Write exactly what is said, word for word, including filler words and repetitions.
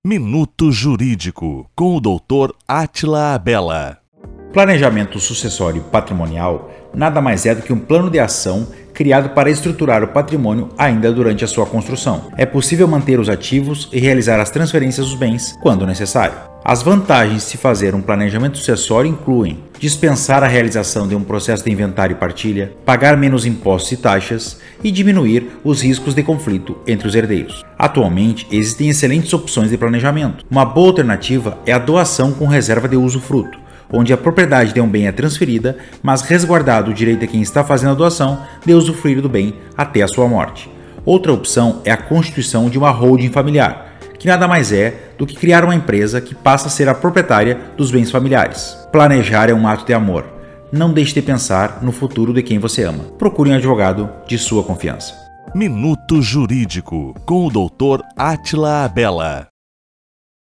Minuto Jurídico, com o doutor Átila Abela. Planejamento sucessório patrimonial nada mais é do que um plano de ação criado para estruturar o patrimônio ainda durante a sua construção. É possível manter os ativos e realizar as transferências dos bens quando necessário. As vantagens de se fazer um planejamento sucessório incluem dispensar a realização de um processo de inventário e partilha, pagar menos impostos e taxas e diminuir os riscos de conflito entre os herdeiros. Atualmente, existem excelentes opções de planejamento. Uma boa alternativa é a doação com reserva de usufruto, onde a propriedade de um bem é transferida, mas resguardado o direito de quem está fazendo a doação de usufruir do bem até a sua morte. Outra opção é a constituição de uma holding familiar, que nada mais é do que criar uma empresa que passa a ser a proprietária dos bens familiares. Planejar é um ato de amor. Não deixe de pensar no futuro de quem você ama. Procure um advogado de sua confiança. Minuto Jurídico, com o doutor Átila Abela.